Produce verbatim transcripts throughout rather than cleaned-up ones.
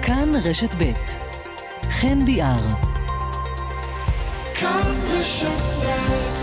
כאן רשת ב' חן ביאר. כאן רשת ב'.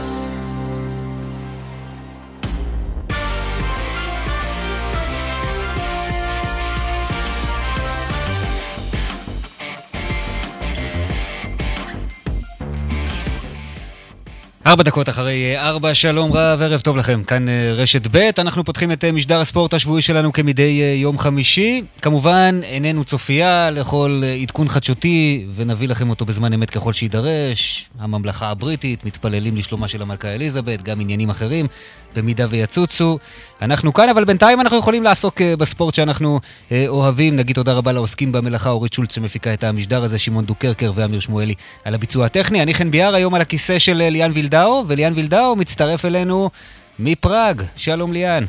ארבע דקות אחרי ארבע, שלום רב, ערב טוב לכם, כאן רשת ב'. אנחנו פותחים את משדר הספורט השבועי שלנו כמדי יום חמישי. כמובן, איננו צופייה לכל עדכון חדשותי, ונביא לכם אותו בזמן אמת ככל שידרש. הממלכה הבריטית, מתפללים לשלומה של המלכה אליזבת, גם עניינים אחרים, במידה ויצוצו. אנחנו כאן, אבל בינתיים אנחנו יכולים לעסוק בספורט שאנחנו אוהבים. נגיד תודה רבה לעוסקים במלאכה, אורית שולץ שמפיקה את המשדר הזה, שמעון דוקרקר ואמיר שמואלי על הביצוע הטכני. אני חן ביאר, היום על הכיסא של ליאן וילדאו, וליאן וילדאו מצטרף אלינו מפראג. שלום ליאן.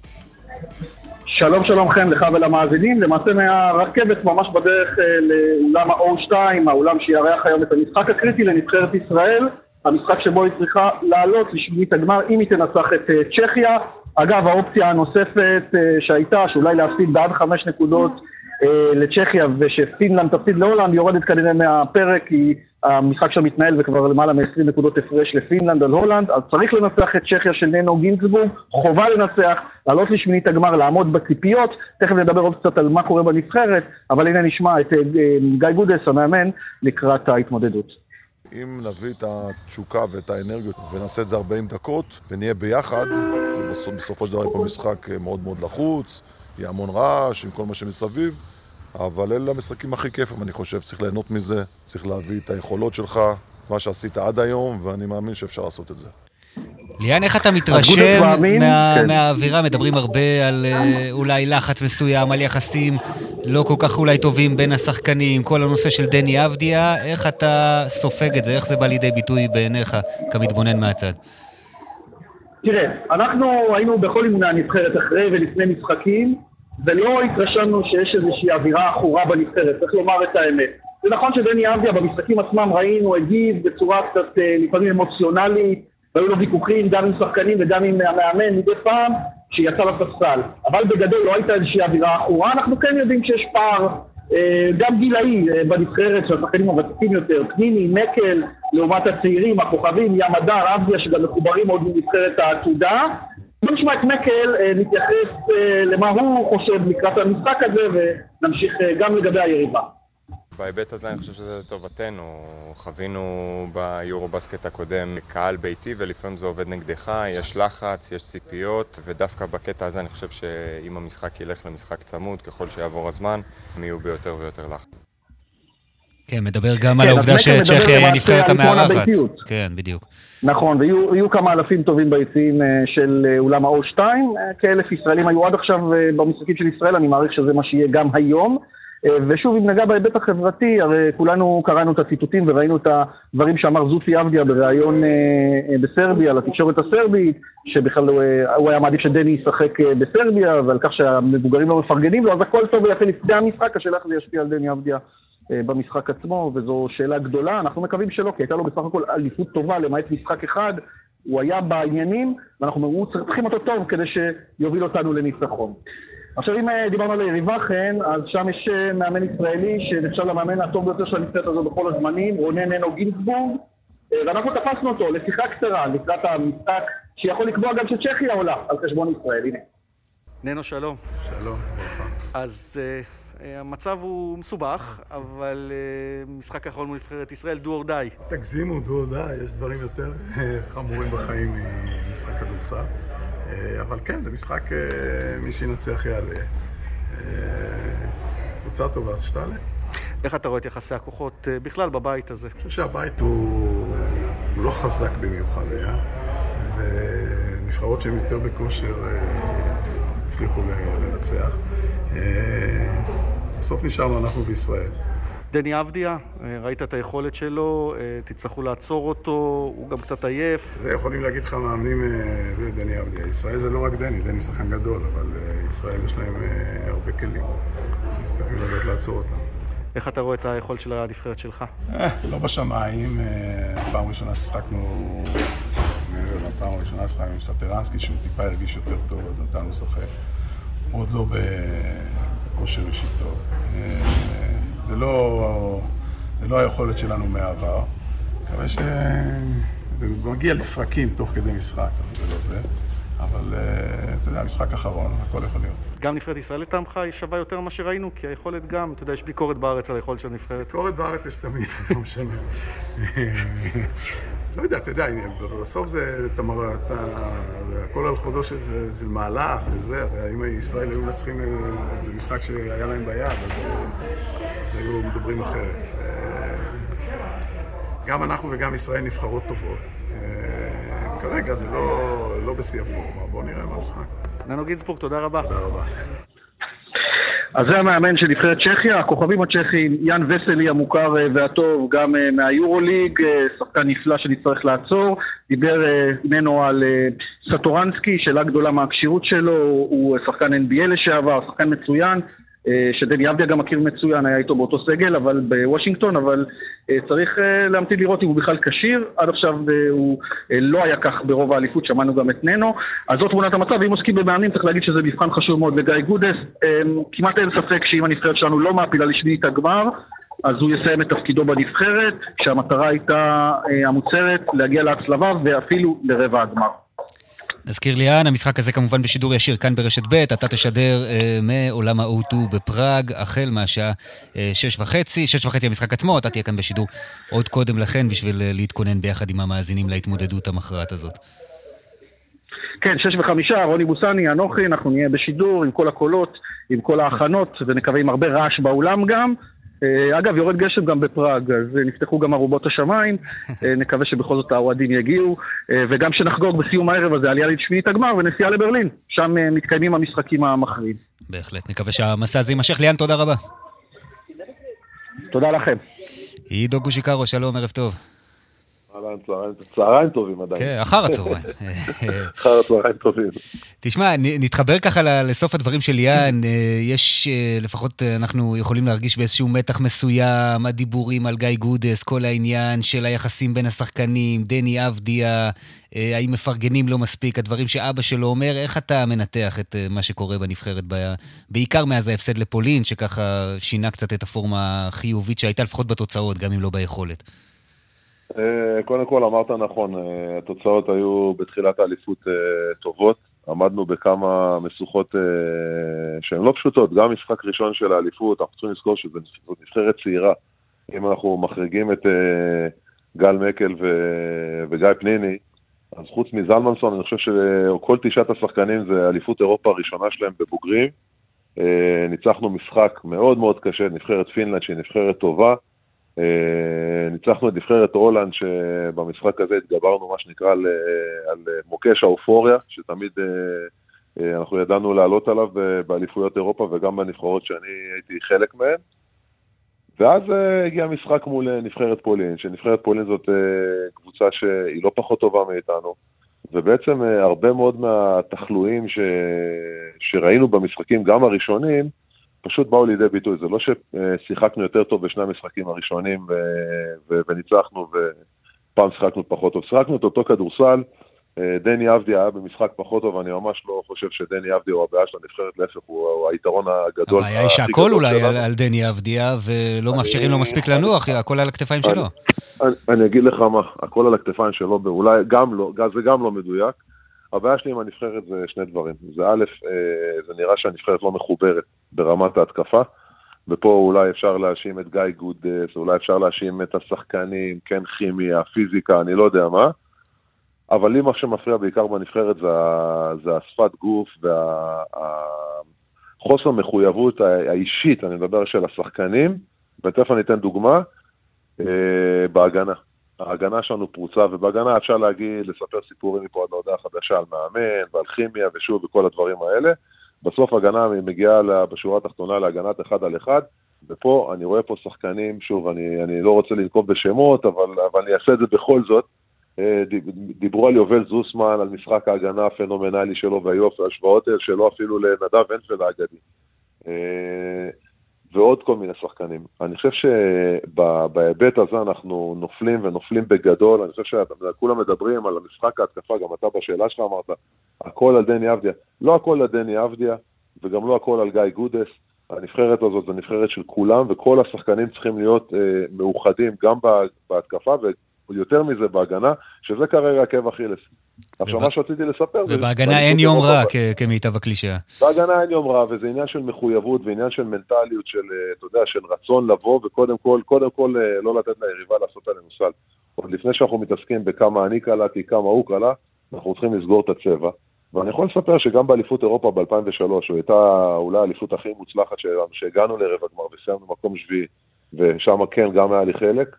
שלום שלום חן לך ולמאזינים. למעשה מהרכבת ממש בדרך לאולם ה-או שתיים, האולם שיארח היום את המשחק הקריטי לנבחרת ישראל, המשחק שבו היא צריכה לעלות לשמינית הגמר אם היא תנצח את צ'כיה. אגב, האופציה הנוספת שהייתה, שאולי להפסיד בעד חמש נקודות לצ'כיה ושפינלנד תפסיד להולנד, יורדת כנראה מהפרק, כי המשחק שם מתנהל וכבר למעלה מ-עשרים נקודות הפרש לפינלנד על הולנד, אז צריך לנצח את צ'כיה של ננו גינצבורג, חובה לנצח, לעלות לשמינית הגמר, לעמוד בציפיות. תכף נדבר עוד קצת על מה קורה בנבחרת, אבל הנה נשמע את גיא גודס, המאמן, לקראת ההתמודדות. אם נביא את התשוקה ואת האנרגיות ונעשה את זה ארבעים דקות ונהיה ביחד, בסופו של דבר פה משחק מאוד מאוד לחוץ, יהיה המון רעש עם כל מה שמסביב, אבל אלה המשחקים הכי כיפים, אני חושב, צריך ליהנות מזה, צריך להביא את היכולות שלך, מה שעשית עד היום, ואני מאמין שאפשר לעשות את זה. ליאן, איך אתה מתרשם מה, כן. מהאווירה? מדברים הרבה על אולי לחץ מסוים, על יחסים לא כל כך אולי טובים בין השחקנים, כל הנושא של דני אבדיה, איך אתה סופג את זה? איך זה בא לידי ביטוי בעיניך כמתבונן מהצד? תראה, אנחנו היינו בכל אימוני הנבחרת אחרי ולפני משחקים, ולא התרשמנו שיש איזושהי אווירה אחורה בנבחרת, צריך לומר את האמת. זה נכון שדני אבדיה במשחקים עצמם ראינו, הגיב בצורה קצת לפעמים אמוציונלית, והיו לו ויכוחים גם עם שחקנים וגם עם המאמן מדי פעם שיצא לספסל. אבל בגדול לא הייתה איזושהי אווירה אחורה. אנחנו כן יודעים שיש פער, גם גילאי בנבחרת של השחקנים הוותיקים יותר, פניני, מקל, לעומת הצעירים, הכוכבים, ימדר, אבדיה, שגם מחוברים עוד מנבחרת העתודה. בוא נשמע את מקל, נתייחס למה הוא חושב לקראת המשחק הזה, ונמשיך גם לגבי היריבה. בהיבט הזה אני חושב שזה לטובתנו. חווינו ביורובסקט הקודם קהל ביתי, ולפעמים זה עובד נגדך, יש לחץ, יש ציפיות, ודווקא בקטע הזה אני חושב שאם המשחק ילך למשחק צמוד, ככל שיעבור הזמן, הם יהיו ביותר ויותר לחץ. כן, מדבר גם על העובדה שצ'כיה היא הנבחרת המארחת. כן, בדיוק. נכון, ויהיו כמה אלפים טובים ביציעים של אולם ה-או שתיים, כאלף ישראלים היו עד עכשיו במשחקים של ישראל, אני מעריך שזה מה שיהיה גם היום. ושוב, אם נגע בהיבט החברתי, הרי כולנו קראנו את הציטוטים וראינו את הדברים שאמר זוטי אבדיה בראיון בסרביה, לתקשורת הסרבית, שבכלל הוא היה מעדיף שדני ישחק בסרביה, ועל כך שהמבוגרים לא מפרגנים לו, אז הכל טוב ויפה לפני המשחק, השאלה איך זה ישפיע על דני אבדיה במשחק עצמו, וזו שאלה גדולה. אנחנו מקווים שלא, כי הייתה לו בסך הכל אליפות טובה, למעט משחק אחד, הוא היה בעניינים, ואנחנו צריכים אותו טוב כדי שיוביל אותנו לניצחון. עכשיו, אם דיברנו על היריבה חן, אז שם יש מאמן ישראלי שנחשב למאמן הטוב ביותר של הנבחרת הזו בכל הזמנים, רונן ננו גינצבורג, ואנחנו תפסנו אותו לשיחה קצרה לקראת המשחק שיכול לקבוע גם שצ'כיה עולה על חשבון ישראל. הנה. ננו, שלום. שלום. אז uh, המצב הוא מסובך, אבל uh, משחק האחרון מול נבחרת ישראל, דו או די. תגזימו, דו או די, יש דברים יותר חמורים בחיים ממשחק כדורסל. אבל כן, זה משחק, מי שינצח יעלה. קבוצה טובה, שתעלה. איך אתה רואה את יחסי הכוחות בכלל בבית הזה? אני חושב שהבית הוא, הוא לא חזק במיוחד היה, ונבחרות שהן יותר בכושר הצליחו לנצח. בסוף נשארנו אנחנו בישראל. דני אבדיה, ראית את היכולת שלו, תצטרכו לעצור אותו, הוא גם קצת עייף. זה יכולים להגיד לך מאמנים דני אבדיה. ישראל זה לא רק דני, דני שחקן גדול, אבל ישראל יש להם הרבה כלים. צריכים לדעת לעצור אותם. איך אתה רואה את היכולת של הנבחרת שלך? לא בשמיים. פעם ראשונה ששחקנו, פעם ראשונה ששחקנו עם סטרנסקי, שהוא טיפה הרגיש יותר טוב, אז נתנו לשחק. עוד לא בכושר אישי טוב. זה לא, זה לא היכולת שלנו מהעבר. מקווה שזה מגיע לפרקים תוך כדי משחק, אבל זה לא זה. אבל אתה יודע, משחק אחרון, הכל יכול להיות. גם נבחרת ישראל לטעמך היא שווה יותר ממה שראינו, כי היכולת גם, אתה יודע, יש ביקורת בארץ על היכולת של נבחרת. ביקורת בארץ יש תמיד, לא משנה. לא יודע, אתה יודע, בסוף זה, הכל על חודו של מהלך, אם ישראל היו מנצחים, זה משחק שהיה להם ביד, אז היו מדברים אחרת. גם אנחנו וגם ישראל נבחרות טובות. כרגע זה לא בשיא הפורמה, בואו נראה מה משחק. ננו גינסבורג, תודה רבה. תודה רבה. אז זה המאמן של נבחרת צ'כיה, הכוכבים הצ'כים, יאן וסלי המוכר והטוב, גם מהיורוליג, שחקן נפלא שנצטרך לעצור, דיבר ממנו על סטורנסקי, שאלה גדולה מהקשירות שלו, הוא שחקן אן בי איי לשעבר, שחקן מצוין, שדני אבדיה גם מכיר מצוין, היה איתו באותו סגל, אבל בוושינגטון, אבל צריך להמתין לראות אם הוא בכלל כשיר, עד עכשיו הוא לא היה כך ברוב האליפות, שמענו גם את ננו, אז זאת תמונת המצב, ואם עוסקים במאמנים צריך להגיד שזה מבחן חשוב מאוד לגיא גודס, כמעט אין ספק שאם הנבחרת שלנו לא מעפילה לשמינית הגמר, אז הוא יסיים את תפקידו בנבחרת, שהמטרה הייתה המוצהרת להגיע להצלבה ואפילו לרבע הגמר. נזכיר ליאן, המשחק הזה כמובן בשידור ישיר כאן ברשת ב', אתה תשדר אה, מעולם ה-או טו בפראג, החל מהשעה אה, שש וחצי, שש וחצי המשחק עצמו, אתה תהיה כאן בשידור עוד קודם לכן, בשביל אה, להתכונן ביחד עם המאזינים להתמודדות המכרעת הזאת. כן, שש וחמישה, רוני בוסני, אנוכי, אנחנו נהיה בשידור עם כל הקולות, עם כל ההכנות, ונקווה עם הרבה רעש באולם גם. אגב, יורד גשם גם בפראג, אז נפתחו גם ארובות השמיים, נקווה שבכל זאת האוהדים יגיעו, וגם שנחגוג בסיום הערב הזה עלייה לשמינית הגמר ונסיעה לברלין, שם מתקיימים המשחקים המכריעים. בהחלט, נקווה שהמסע הזה יימשך. ליאן, תודה רבה. תודה לכם. עידו גושיקרו, שלום, ערב טוב. צהריים טובים עדיין. כן, אחר הצהריים. אחר הצהריים טובים. תשמע, נתחבר ככה לסוף הדברים של ליאן, יש, לפחות אנחנו יכולים להרגיש באיזשהו מתח מסוים, הדיבורים על גיא גודס, כל העניין של היחסים בין השחקנים, דני אבדיה, האם מפרגנים לא מספיק, הדברים שאבא שלו אומר, איך אתה מנתח את מה שקורה בנבחרת, בעיקר מאז ההפסד לפולין, שככה שינה קצת את הפורמה החיובית שהייתה לפחות בתוצאות, גם אם לא ביכולת. קודם כל אמרת נכון, התוצאות היו בתחילת האליפות טובות, עמדנו בכמה משוכות שהן לא פשוטות, גם משחק ראשון של האליפות, אנחנו צריכים לזכור שזו נבחרת צעירה, אם אנחנו מחריגים את גל מקל וגיא פניני, אז חוץ מזלמנסון, אני חושב שכל תשעת השחקנים זה אליפות אירופה הראשונה שלהם בבוגרים, ניצחנו משחק מאוד מאוד קשה, נבחרת פינלנד שהיא נבחרת טובה, ניצחנו את נבחרת הולנד שבמשחק הזה התגברנו מה שנקרא על, על מוקש האופוריה שתמיד אנחנו ידענו לעלות עליו באליפויות אירופה וגם בנבחרות שאני הייתי חלק מהן ואז הגיע משחק מול נבחרת פולין שנבחרת פולין זאת קבוצה שהיא לא פחות טובה מאיתנו ובעצם הרבה מאוד מהתחלואים ש... שראינו במשחקים גם הראשונים פשוט באו לידי ביטוי, זה לא ששיחקנו יותר טוב בשני המשחקים הראשונים ו... ו... וניצחנו ופעם שיחקנו פחות טוב, שיחקנו את אותו כדורסל, דני אבדיה היה במשחק פחות טוב, אני ממש לא חושב שדני אבדיה הוא הבעיה של הנבחרת, להפך הוא, הוא היתרון הגדול. הבעיה היא שהכל אולי על, על דני אבדיה ולא מאפשרים לו מספיק לנוח, הכל על הכתפיים שלו. אני, אני, אני אגיד לך מה, הכל על הכתפיים שלו, אולי גם לא, זה גם לא מדויק, הבעיה שלי עם הנבחרת זה שני דברים. זה א', זה נראה שהנבחרת לא מחוברת ברמת ההתקפה, ופה אולי אפשר להאשים את גיא גודס, אולי אפשר להאשים את השחקנים, כן כימיה, פיזיקה, אני לא יודע מה, אבל לי מה שמפריע בעיקר בנבחרת זה, זה השפת גוף והחוסר מחויבות האישית, אני מדבר של השחקנים, ותכף אני אתן דוגמה, בהגנה. ההגנה שלנו פרוצה, ובהגנה אפשר להגיד, לספר סיפורים מפה עד להודעה חדשה על מאמן, ועל כימיה ושוב וכל הדברים האלה. בסוף הגנה מגיעה בשורה התחתונה להגנת אחד על אחד, ופה אני רואה פה שחקנים, שוב, אני, אני לא רוצה לנקוב בשמות, אבל, אבל אני אעשה את זה בכל זאת. דיברו על יובל זוסמן, על משחק ההגנה הפנומנלי שלו, והיו השוואות שלו אפילו לנדב אנפלד האגדי. ועוד כל מיני שחקנים. אני חושב שבהיבט הזה אנחנו נופלים ונופלים בגדול, אני חושב שכולם מדברים על המשחק ההתקפה, גם אתה בשאלה שלך אמרת, הכל על דני אבדיה. לא הכל על דני אבדיה, וגם לא הכל על גיא גודס. הנבחרת הזאת זו נבחרת של כולם, וכל השחקנים צריכים להיות אה, מאוחדים גם בהתקפה, ויותר מזה בהגנה, שזה כרגע עקב אכילס. עכשיו מה שרציתי לספר... ובהגנה אין יום רע כמיטב הקלישאה. בהגנה אין יום רע, וזה עניין של מחויבות, ועניין של מנטליות, של, אתה יודע, של רצון לבוא, וקודם כל, קודם כל לא לתת ליריבה לעשות עלינו סל. עוד לפני שאנחנו מתעסקים בכמה אני קלעתי, כמה הוא קלע, אנחנו צריכים לסגור את הצבע. ואני יכול לספר שגם באליפות אירופה ב-אלפיים ושלוש, הוא הייתה אולי האליפות הכי מוצלחת שלנו, שהגענו לרבע גמר וסיימנו מקום שביעי, ושם כן גם היה לי חלק.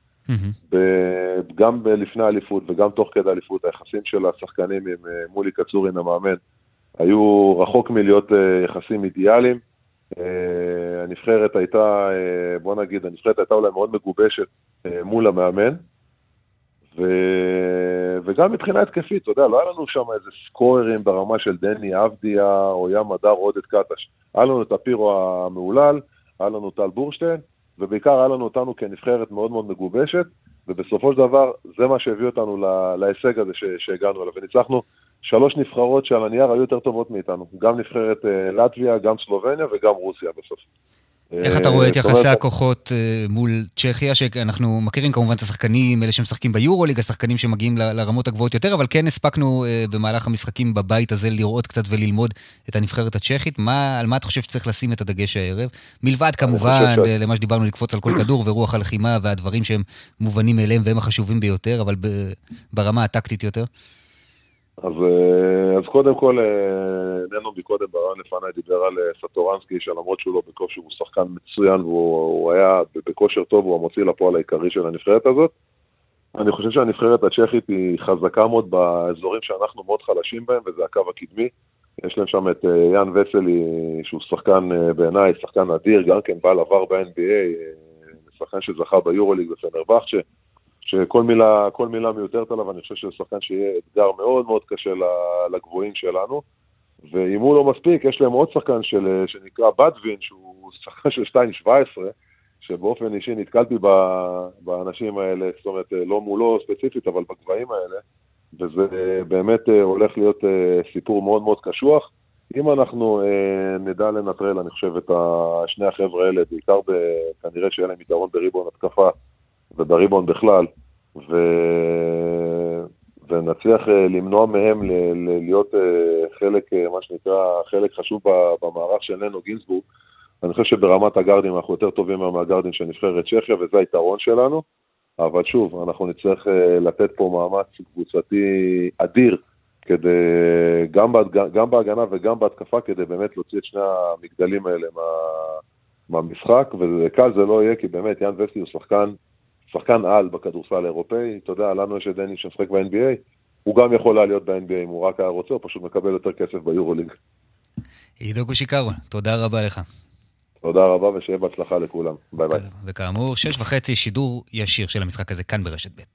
גם לפני האליפות וגם תוך כדי האליפות, היחסים של השחקנים עם מולי קצורין המאמן, היו רחוק מלהיות יחסים אידיאליים. הנבחרת הייתה, בוא נגיד, הנבחרת הייתה אולי מאוד מגובשת מול המאמן, ו... וגם מבחינה התקפית, אתה יודע, לא היה לנו שם איזה סקוררים ברמה של דני אבדיה או ים הדר עודד קטש. היה לנו את הפירו המעולל, היה לנו טל בורשטיין, ובעיקר היה לנו אותנו כנבחרת מאוד מאוד מגובשת, ובסופו של דבר זה מה שהביא אותנו לה... להישג הזה ש... שהגענו אליו, וניצחנו שלוש נבחרות שעל הנייר היו יותר טובות מאיתנו, גם נבחרת לטביה, גם סלובניה וגם רוסיה בסוף. איך אתה רואה את יחסי הכוחות מול צ'כיה, שאנחנו מכירים כמובן את השחקנים, אלה שמשחקים ביורוליג, השחקנים שמגיעים לרמות הגבוהות יותר, אבל כן הספקנו במהלך המשחקים בבית הזה לראות קצת וללמוד את הנבחרת הצ'כית. מה, על מה אתה חושב שצריך לשים את הדגש הערב? מלבד כמובן למה שדיברנו, לקפוץ על כל כדור ורוח הלחימה והדברים שהם מובנים אליהם והם החשובים ביותר, אבל ברמה הטקטית יותר? אז, אז קודם כל, ננו מקודם ברעיון לפני דיבר על סטורנסקי, שלמרות שהוא לא בכושר, הוא שחקן מצוין, והוא היה בכושר טוב, הוא המוציא לפועל העיקרי של הנבחרת הזאת. אני חושב שהנבחרת הצ'כית היא חזקה מאוד באזורים שאנחנו מאוד חלשים בהם, וזה הקו הקדמי. יש להם שם את יאן וסלי, שהוא שחקן בעיניי, שחקן אדיר, גם כן בעל עבר ב-אן בי איי, שחקן שזכה ביורוליג בפנרבחצ'ה, שכל מילה, כל מילה מיותרת עליו, אני חושב שזה שחקן שיהיה אתגר מאוד מאוד קשה לגבוהים שלנו, ואם הוא לא מספיק, יש להם עוד שחקן של, שנקרא בדווין, שהוא שחקן של שתיים שבע עשרה, שבאופן אישי נתקלתי באנשים האלה, זאת אומרת, לא מולו ספציפית, אבל בגבהים האלה, וזה באמת הולך להיות סיפור מאוד מאוד קשוח. אם אנחנו נדע לנטרל, אני חושב, את שני החבר'ה האלה, בעיקר כנראה שיהיה להם יתרון בריבון התקפה, ובריבון בכלל, ו... ונצליח למנוע מהם ל... להיות חלק, מה שנקרא, חלק חשוב במערך של ננו גינסבורג. אני חושב שברמת הגרדים אנחנו יותר טובים מהגרדים של נבחרת צ'כיה, וזה היתרון שלנו, אבל שוב, אנחנו נצטרך לתת פה מאמץ קבוצתי אדיר, כדי, גם, בהדג... גם בהגנה וגם בהתקפה, כדי באמת להוציא את שני המגדלים האלה מה... מהמשחק, וקל זה לא יהיה, כי באמת יאן וסלי הוא שחקן שחקן על בכדורסל האירופאי, אתה יודע, לנו יש את דני שמשחק ב-אן בי איי, הוא גם יכול לעלות ב-אן בי איי אם הוא רק היה רוצה, הוא פשוט מקבל יותר כסף ביורוליג. עידו קושיקרו, תודה רבה לך. תודה רבה ושיהיה בהצלחה לכולם. ביי ביי. וכאמור, שש וחצי שידור ישיר של המשחק הזה כאן ברשת ב'.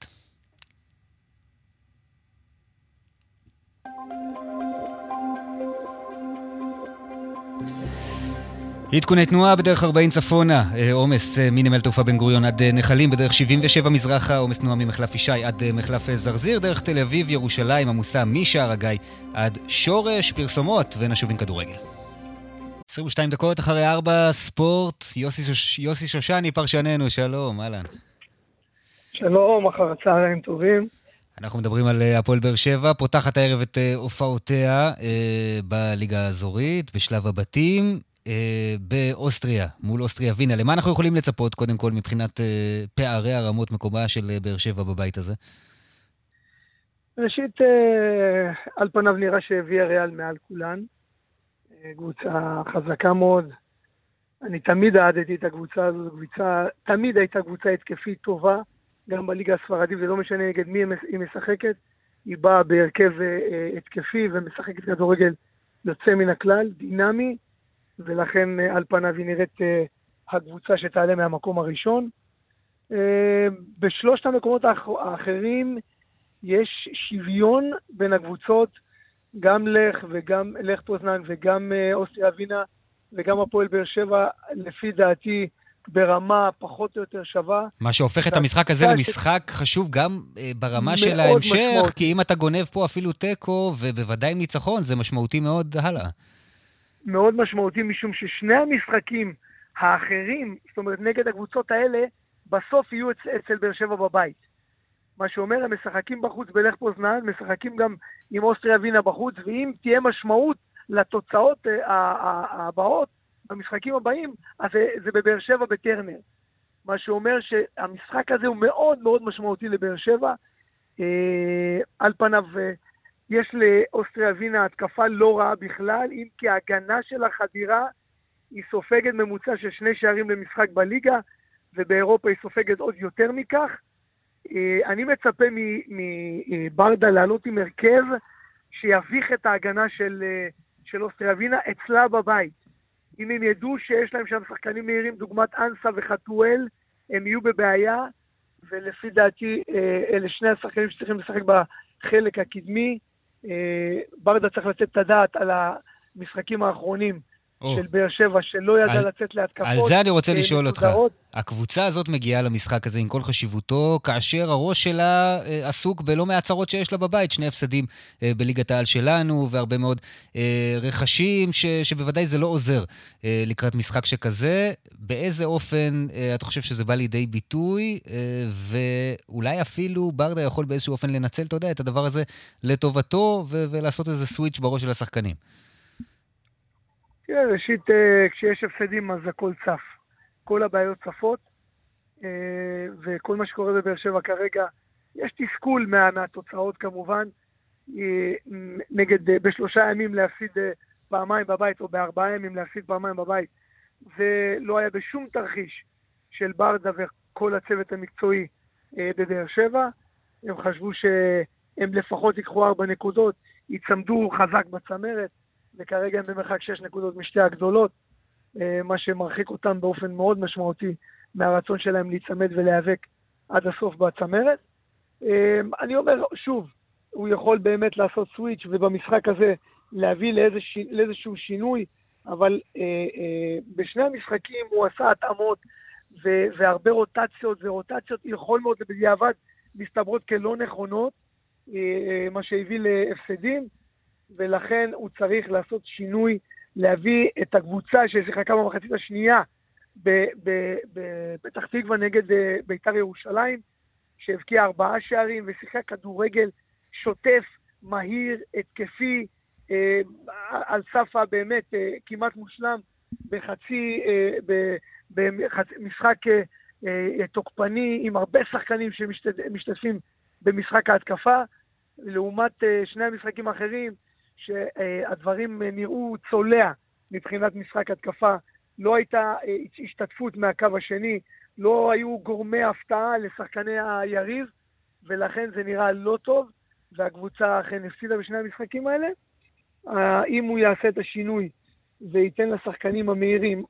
עדכוני תנועה בדרך ארבעים צפונה, עומס מנמל תעופה בן גוריון עד נחלים, בדרך שבעים ושבע מזרחה, עומס תנועה ממחלף ישי עד מחלף זרזיר, דרך תל אביב ירושלים עמוסה משער הגיא עד שורש, פרסומות ונשובים כדורגל. עשרים ושתיים דקות אחרי ארבע, ספורט, יוסי, שוש... יוסי שושני פרשננו, שלום, אהלן. שלום, אחר הצהריים טובים. אנחנו מדברים על הפועל באר שבע, פותחת הערב את הופעותיה בליגה האזורית, בשלב הבתים, באוסטריה, מול אוסטריה וינה. למה אנחנו יכולים לצפות, קודם כל, מבחינת פערי הרמות מקומה של באר שבע בבית הזה? ראשית, על פניו נראה שהביאה ריאל מעל כולן. קבוצה חזקה מאוד. אני תמיד אהדתי את הקבוצה הזו, קבוצה, תמיד הייתה קבוצה התקפית טובה, גם בליגה הספרדית, זה לא משנה נגד מי היא משחקת, היא באה בהרכב התקפי ומשחקת כדורגל יוצא מן הכלל, דינמי, ולכן על פניו היא נראית הקבוצה שתעלה מהמקום הראשון. בשלושת המקומות האחרים יש שוויון בין הקבוצות, גם לך וגם לך פוזנן וגם אוסטריה וינה וגם הפועל באר שבע, לפי דעתי ברמה פחות או יותר שווה. מה שהופך את המשחק הזה למשחק חשוב גם ברמה של ההמשך, כי אם אתה גונב פה אפילו טקו ובוודאי עם ניצחון, זה משמעותי מאוד הלאה. מאוד משמעותי, משום ששני המשחקים האחרים, זאת אומרת נגד הקבוצות האלה, בסוף יהיו אצל, אצל באר שבע בבית. מה שאומר, הם משחקים בחוץ בלך פוזנן, משחקים גם עם אוסטריה ווינה בחוץ, ואם תהיה משמעות לתוצאות הבאות, במשחקים הבאים, אז זה, זה בבאר שבע בטרנר. מה שאומר שהמשחק הזה הוא מאוד מאוד משמעותי לבאר שבע. אה, על פניו, יש לאוסטריה ווינה התקפה לא רעה בכלל, אם כי ההגנה של החדירה היא סופגת ממוצע של שני שערים למשחק בליגה, ובאירופה היא סופגת עוד יותר מכך. אני מצפה מברדה לעלות עם הרכב שיביך את ההגנה של, של אוסטריה ווינה אצלה בבית. אם הם ידעו שיש להם שם שחקנים מהירים, דוגמת אנסה וחתואל, הם יהיו בבעיה, ולפי דעתי אלה שני השחקנים שצריכים לשחק בחלק הקדמי. ברדה צריך לתת את הדעת על המשחקים האחרונים של באר שבע, שלא ידע לצאת להתקפות. על זה אני רוצה לשאול אותך. הקבוצה הזאת מגיעה למשחק הזה עם כל חשיבותו, כאשר הראש שלה עסוק בלא מהצרות שיש לה בבית, שני הפסדים בליגת העל שלנו, והרבה מאוד רכשים, שבוודאי זה לא עוזר לקראת משחק שכזה. באיזה אופן אתה חושב שזה בא לידי ביטוי, ואולי אפילו ברדה יכול באיזשהו אופן לנצל, אתה יודע, את הדבר הזה לטובתו, ולעשות איזה סוויץ' בראש של השחקנים? ראשית, כשיש הפסדים אז הכל צף. כל הבעיות צפות, וכל מה שקורה בבאר שבע כרגע, יש תסכול מה, מהתוצאות כמובן, נגד בשלושה ימים להפסיד פעמיים בבית, או בארבעה ימים להפסיד פעמיים בבית. זה לא היה בשום תרחיש של ברדה וכל הצוות המקצועי בבאר שבע. הם חשבו שהם לפחות ייקחו ארבע נקודות, יצמדו חזק בצמרת, וכרגע הם במרחק שש נקודות משתי הגדולות, מה שמרחיק אותם באופן מאוד משמעותי מהרצון שלהם להיצמד ולהיאבק עד הסוף בצמרת. אני אומר, שוב, הוא יכול באמת לעשות סוויץ' ובמשחק הזה להביא לאיזשה, לאיזשהו שינוי, אבל בשני המשחקים הוא עשה התאמות והרבה רוטציות, ורוטציות יכול מאוד בדיעבד מסתברות כלא נכונות, מה שהביא להפסדים, ולכן הוא צריך לעשות שינוי, להביא את הקבוצה ששיחקה במחצית השנייה בפתח תקווה נגד בית"ר ירושלים, שהבקיע ארבעה שערים ושיחק כדורגל שוטף, מהיר, התקפי, על סף באמת כמעט מושלם, בחצי, במשחק תוקפני עם הרבה שחקנים שמשתתפים במשחק ההתקפה, לעומת שני המשחקים האחרים, שהדברים נראו צולע מבחינת משחק התקפה, לא הייתה השתתפות מהקו השני, לא היו גורמי הפתעה לשחקני היריב, ולכן זה נראה לא טוב, והקבוצה אכן הפסידה בשני המשחקים האלה. אם הוא יעשה את השינוי וייתן לשחקנים המהירים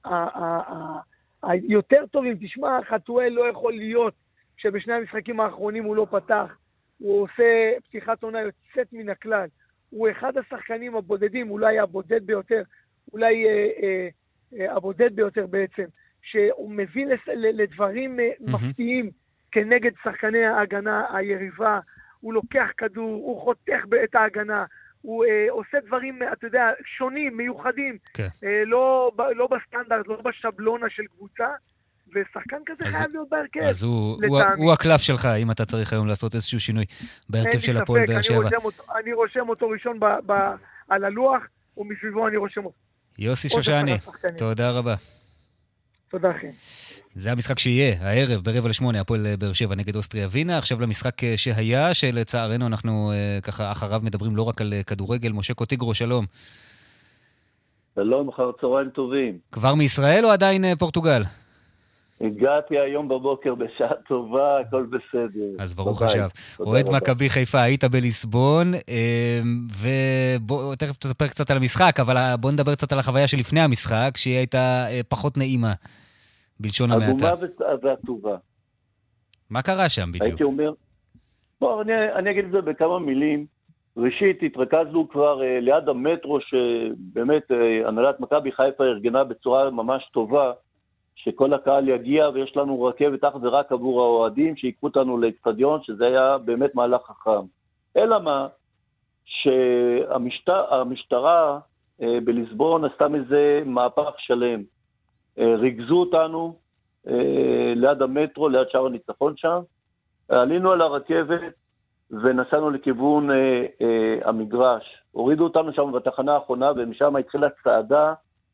היותר טובים, תשמע, חתואל לא יכול להיות שבשני המשחקים האחרונים הוא לא פתח, הוא עושה פתיחת עונה יוצאת מן הכלל, הוא אחד השחקנים הבודדים, אולי הבודד ביותר, אולי אה, אה, אה, הבודד ביותר בעצם, שהוא מביא לס, לדברים אה, mm-hmm. מפתיעים כנגד שחקני ההגנה היריבה, הוא לוקח כדור, הוא חותך את ההגנה, הוא אה, עושה דברים, אתה יודע, שונים, מיוחדים, okay. אה, לא, לא בסטנדרט, לא בשבלונה של קבוצה, ושחקן כזה אז, חייב להיות בהרכב. אז הוא, הוא, הוא הקלף שלך, אם אתה צריך היום לעשות איזשהו שינוי בהרכב של הפועל באר שבע. אני, אני רושם אותו ראשון ב, ב, על הלוח, ומסביבו אני רושם אותו. יוסי שושני, תודה רבה. תודה אחי. זה המשחק שיהיה, הערב, ברבע לשמונה, הפועל באר שבע נגד אוסטריה ווינה. עכשיו למשחק שהיה, שלצערנו אנחנו ככה אחריו מדברים לא רק על כדורגל. משה קוטיגרו, שלום. שלום, אחר צהריים טובים. כבר מישראל או עדיין פורטוגל? הגעתי היום בבוקר בשעה טובה, הכל בסדר. אז ברוך השב. אוהד מכבי חיפה, היית בליסבון, ובוא תכף תספר קצת על המשחק, אבל בוא נדבר קצת על החוויה שלפני המשחק, שהיא הייתה פחות נעימה, בלשון המעטה. עגומה ועטובה. מה קרה שם בדיוק? הייתי אומר, בוא, אני, אני אגיד את זה בכמה מילים. ראשית, התרכזנו כבר ליד המטרו, שבאמת הנהלת מכבי חיפה ארגנה בצורה ממש טובה, שכל הקהל יגיע, ויש לנו רכבת אך ורק עבור האוהדים, שיקחו אותנו לאצטדיון, שזה היה באמת מהלך חכם. אלא מה, שהמשטרה בליסבון עשתה מזה מהפך שלם. ריגזו אותנו ליד המטרו, ליד שער הניצחון שם, עלינו על הרכבת ונסענו לכיוון המגרש. הורידו אותנו שם בתחנה האחרונה, ומשם התחילה צעדה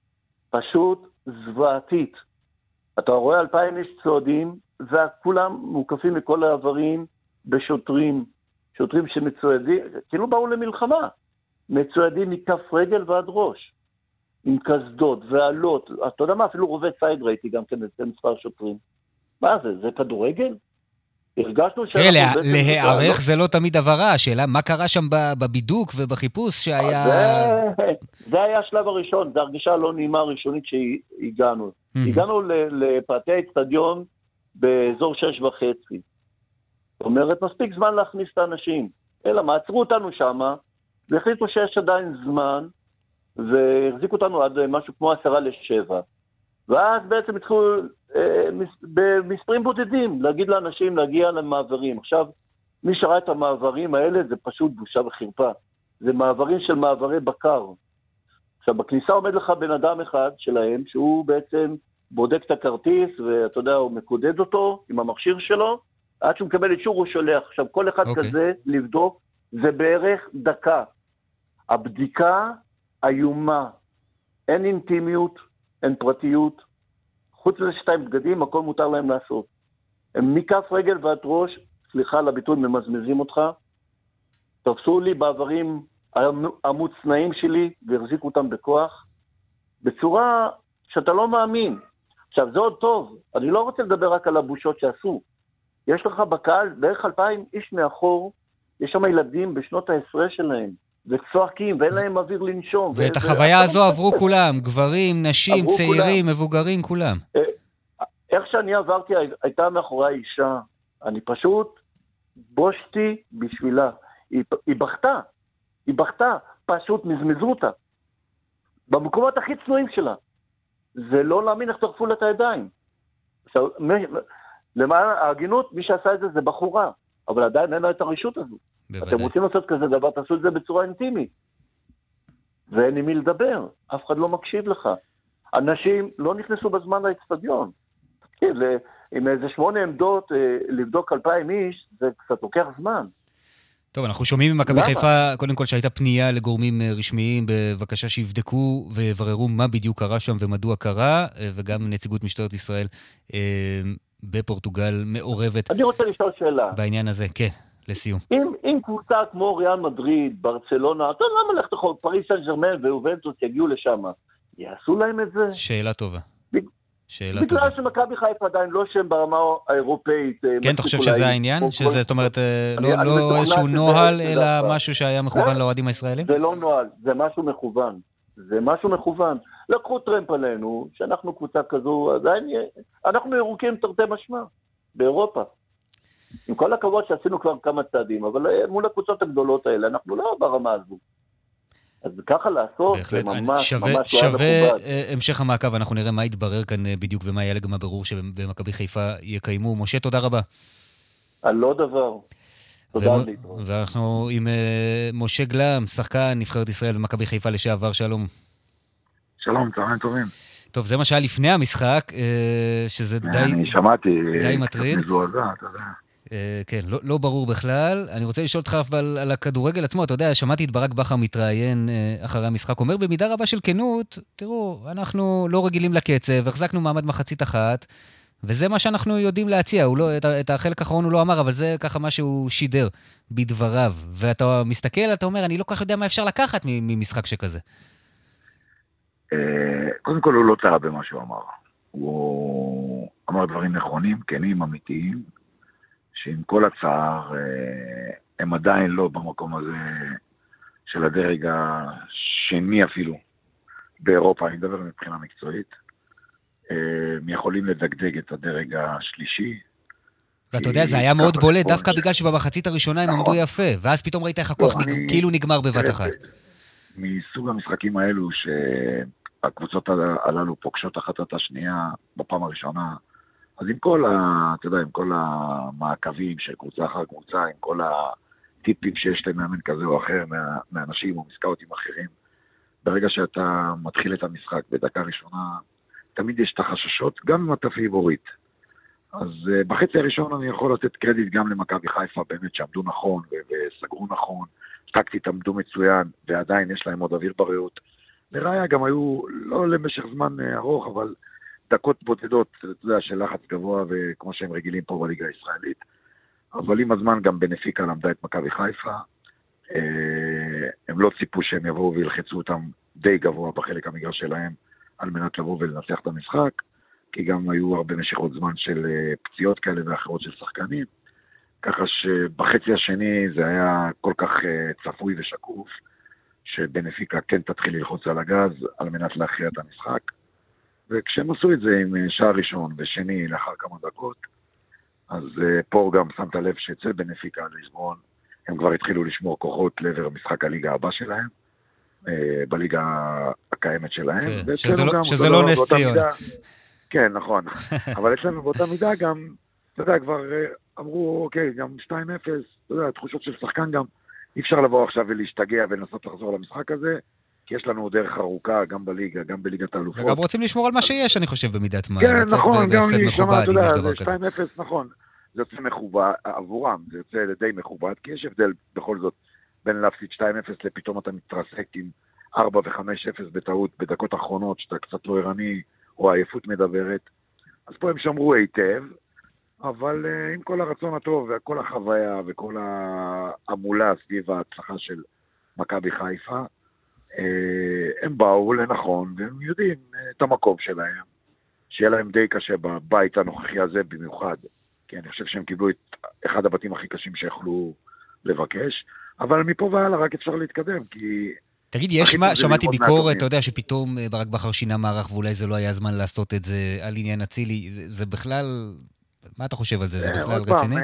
פשוט זוועתית. אתה רואה אלפיים איש צועדים, וכולם מוקפים מכל העברים בשוטרים, שוטרים שמצועדים, כאילו באו למלחמה, מצועדים מכף רגל ועד ראש, עם כסדות ועלות, אתה יודע מה, אפילו רובי צייד ראיתי גם כן את מספר שוטרים. מה זה, זה כדורגל? הרגשנו שאנחנו... להיערך זה לא תמיד דבר רע, השאלה מה קרה שם בבידוק ובחיפוש שהיה... זה היה השלב הראשון, זה הרגישה הלא נעימה הראשונית שהגענו. הגענו לפאתי האצטדיון באזור שש וחצי. זאת אומרת, מספיק זמן להכניס את האנשים. אלא מה, עצרו אותנו שם, והחליטו שיש עדיין זמן, והחזיקו אותנו עד משהו כמו עשרה לשבע. ואז בעצם התחילו אה, במספרים בודדים להגיד לאנשים להגיע למעברים. עכשיו, מי שראה את המעברים האלה זה פשוט בושה וחרפה. זה מעברים של מעברי בקר. עכשיו, בכניסה עומד לך בן אדם אחד שלהם, שהוא בעצם בודק את הכרטיס, ואתה יודע, הוא מקודד אותו עם המכשיר שלו, עד שהוא מקבל אישור הוא שולח. עכשיו, כל אחד okay. כזה לבדוק, זה בערך דקה. הבדיקה איומה. אין אינטימיות, אין פרטיות. חוץ לזה שתיים בגדים, הכל מותר להם לעשות. הם מכף רגל ועד ראש, סליחה על הביטוי, ממזמזים אותך, תפסו לי בעברים המוצנעים שלי, והחזיקו אותם בכוח, בצורה שאתה לא מאמין. עכשיו, זה עוד טוב, אני לא רוצה לדבר רק על הבושות שעשו. יש לך בקהל, בערך אלפיים איש מאחור, יש שם ילדים בשנות העשרה שלהם, וצועקים, ואין להם אוויר לנשום. ואת החוויה הזו עברו כולם, גברים, נשים, צעירים, מבוגרים, כולם. איך שאני עברתי, הייתה מאחורי האישה, אני פשוט בושתי בשבילה. היא, היא בכתה, היא בכתה, פשוט מזמזו אותה. במקומות הכי צנועים שלה. זה לא להאמין איך תרפו לה את הידיים. עכשיו, למען ההגינות, מי שעשה את זה זה בחורה, אבל עדיין אין לה את הרשות הזו. בוודאי. אתם רוצים לעשות כזה דבר, תעשו את זה בצורה אינטימית. ואין עם מי לדבר, אף אחד לא מקשיב לך. אנשים לא נכנסו בזמן לאצטדיון. עם איזה שמונה עמדות לבדוק אלפיים איש, זה קצת לוקח זמן. טוב, אנחנו שומעים ממכבי חיפה, קודם כל שהייתה פנייה לגורמים רשמיים בבקשה שיבדקו ויבררו מה בדיוק קרה שם ומדוע קרה, וגם נציגות משטרת ישראל בפורטוגל מעורבת. אני רוצה לשאול שאלה. בעניין הזה, כן, לסיום. אם, אם קבוצה כמו ריאל מדריד, ברצלונה, אתה יודע למה לך תחול, פריס סן ז'רמן ויובנטוס יגיעו לשם, יעשו להם את זה? שאלה טובה. שאלה בגלל טובה. שמכבי חיפה עדיין לא שם ברמה האירופאית. כן, אתה חושב שזה העניין? שזה, זאת אומרת, לא איזשהו נוהל, אלא משהו שהיה מכוון לאוהדים הישראלים? זה לא נוהל, זה משהו מכוון. זה משהו מכוון. לקחו טרמפ עלינו, שאנחנו קבוצה כזו, עדיין אנחנו ירוקים תרתי משמע, באירופה. עם כל הכבוד שעשינו כבר כמה צעדים, אבל מול הקבוצות הגדולות האלה, אנחנו לא ברמה הזו. אז ככה לעשות, זה ממש, שווה, ממש שווה המשך המעקב, אנחנו נראה מה יתברר כאן בדיוק ומה יהיה גם הבירור שבמכבי חיפה יקיימו. משה, תודה רבה. על לא דבר. תודה לי. ואנחנו עם משה גלם, שחקן נבחרת ישראל ומכבי חיפה לשעבר, שלום. שלום, צהריים טובים. טוב, זה מה שהיה לפני המשחק, שזה די... אני שמעתי, די מטריד. קצת מזועזע, אתה יודע. כן, לא, לא ברור בכלל. אני רוצה לשאול אותך אבל על הכדורגל עצמו. אתה יודע, שמעתי את ברק בכר מתראיין אחרי המשחק, אומר במידה רבה של כנות, תראו, אנחנו לא רגילים לקצב, החזקנו מעמד מחצית אחת, וזה מה שאנחנו יודעים להציע. הוא לא, את, את החלק האחרון הוא לא אמר, אבל זה ככה מה שהוא שידר בדבריו. ואתה מסתכל, אתה אומר, אני לא כך יודע מה אפשר לקחת ממשחק שכזה. קודם כל הוא לא טעה במה שהוא אמר. הוא אמר דברים נכונים, כנים, אמיתיים, שעם כל הצער, הם עדיין לא במקום הזה של הדרג השני אפילו באירופה, אני מדבר מבחינה מקצועית. הם יכולים לדגדג את הדרג השלישי. ואתה יודע, זה היה מאוד בולט, דווקא בגלל שבמחצית הראשונה הם עמדו יפה, ואז פתאום ראית איך הכוח כאילו נגמר בבת אחת. מסוג המשחקים האלו שהקבוצות הללו פוגשות אחת את השנייה בפעם הראשונה, אז עם כל, ה, אתה יודע, עם כל המעקבים של קבוצה אחר קבוצה, עם כל הטיפים שיש למאמן כזה או אחר מאנשים או מסקאוטים אחרים, ברגע שאתה מתחיל את המשחק בדקה ראשונה, תמיד יש את החששות, גם אם אתה פיבורית. אז uh, בחצי הראשון אני יכול לתת קרדיט גם למכבי חיפה, באמת שעמדו נכון וסגרו נכון, טקטית עמדו מצוין, ועדיין יש להם עוד אוויר בריאות. לראיה גם היו, לא למשך זמן uh, ארוך, אבל דקות בודדות, אתה יודע, של לחץ גבוה, וכמו שהם רגילים פה בליגה הישראלית. אבל עם הזמן גם בנפיקה למדה את מכבי חיפה, uh, הם לא ציפו שהם יבואו וילחצו אותם די גבוה בחלק המגרש שלהם, על מנת לבוא ולנצח את המשחק, כי גם היו הרבה משיכות זמן של פציעות כאלה ואחרות של שחקנים, ככה שבחצי השני זה היה כל כך צפוי ושקוף, שבנפיקה כן תתחיל ללחוץ על הגז, על מנת להכריע את המשחק, וכשהם עשו את זה עם שער ראשון ושני לאחר כמה דקות, אז פה גם שמת לב שאצל בנפיקה ליסבון, הם כבר התחילו לשמור כוחות לעבר משחק הליגה הבא שלהם, בליגה הקיימת שלהם. כן, שזה לא, שזה לא נס ציון. כן, נכון. אבל אצלנו באותה מידה גם, אתה יודע, כבר אמרו, אוקיי, גם שתיים אפס, אתה יודע, תחושות של שחקן גם, אי אפשר לבוא עכשיו ולהשתגע ולנסות לחזור למשחק הזה, כי יש לנו דרך ארוכה, גם בליגה, גם בליגת האלופות. וגם רוצים לשמור על מה שיש, אני חושב, במידת מה. כן, נכון, גם לי, שמה, אתה יודע, זה שתיים אפס, נכון. זה יוצא מכובד, עבורם, זה יוצא די מכובד, כי יש הבדל בכל זאת, בין להפסיד שתיים אפס לפתאום אתה מתרסק עם ארבע וחמש אפס בטעות, בדקות האחרונות, שאתה קצת לא ערני, או העייפות מדברת. אז פה הם שמרו היטב, אבל uh, עם כל הרצון הטוב, וכל החוויה, וכל העמולה סביב ההצלחה של מכבי חיפה, uh, הם באו לנכון, והם יודעים uh, את המקום שלהם, שיהיה להם די קשה בבית הנוכחי הזה במיוחד, כי אני חושב שהם קיבלו את אחד הבתים הכי קשים שיכולו לבקש, אבל מפה והלאה רק אפשר להתקדם, כי... תגיד, יש מה, שמעתי ביקורת, אתה יודע שפתאום ברק בכר שינה מערך, ואולי זה לא היה זמן לעשות את זה על עניין אצילי, זה בכלל, מה אתה חושב על זה? זה בכלל רציני?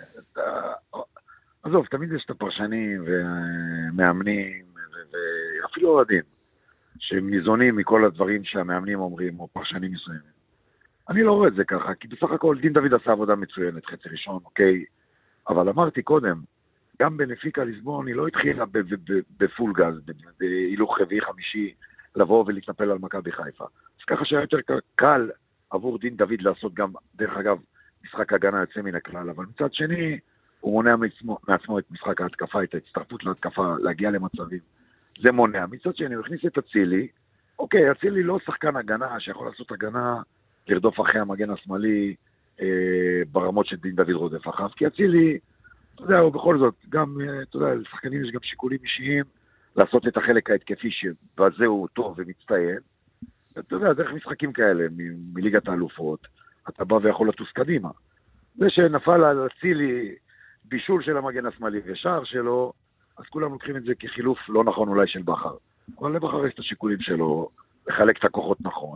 עזוב, תמיד יש את הפרשנים ומאמנים, ואפילו אוהדים, שהם ניזונים מכל הדברים שהמאמנים אומרים, או פרשנים מסוימים. אני לא רואה את זה ככה, כי בסך הכל דין דוד עשה עבודה מצוינת, חצי ראשון, אוקיי, אבל אמרתי קודם, גם בנפיקה ליסבון היא לא התחילה בפול גז, בהילוך רביעי חמישי, לבוא ולהתנפל על מכבי חיפה. אז ככה שהיה יותר קל עבור דין דוד לעשות גם, דרך אגב, משחק הגנה יוצא מן הכלל, אבל מצד שני, הוא מונע מעצמו, מעצמו את משחק ההתקפה, את ההצטרפות להתקפה, להגיע למצבים. זה מונע. מצד שני, הוא הכניס את אצילי, אוקיי, אצילי לא שחקן הגנה שיכול לעשות הגנה, לרדוף אחרי המגן השמאלי, אה, ברמות של דין דוד רודף אחריו, כי אצילי, אתה יודע, ובכל זאת, גם, אתה יודע, לשחקנים יש גם שיקולים אישיים, לעשות את החלק ההתקפי שבזה הוא טוב ומצטיין. אתה יודע, דרך משחקים כאלה, מ- מליגת האלופות, אתה בא ויכול לטוס קדימה. זה שנפל על אצילי בישול של המגן השמאלי ושער שלו, אז כולם לוקחים את זה כחילוף לא נכון אולי של בכר. אבל לבכר יש את השיקולים שלו, לחלק את הכוחות נכון.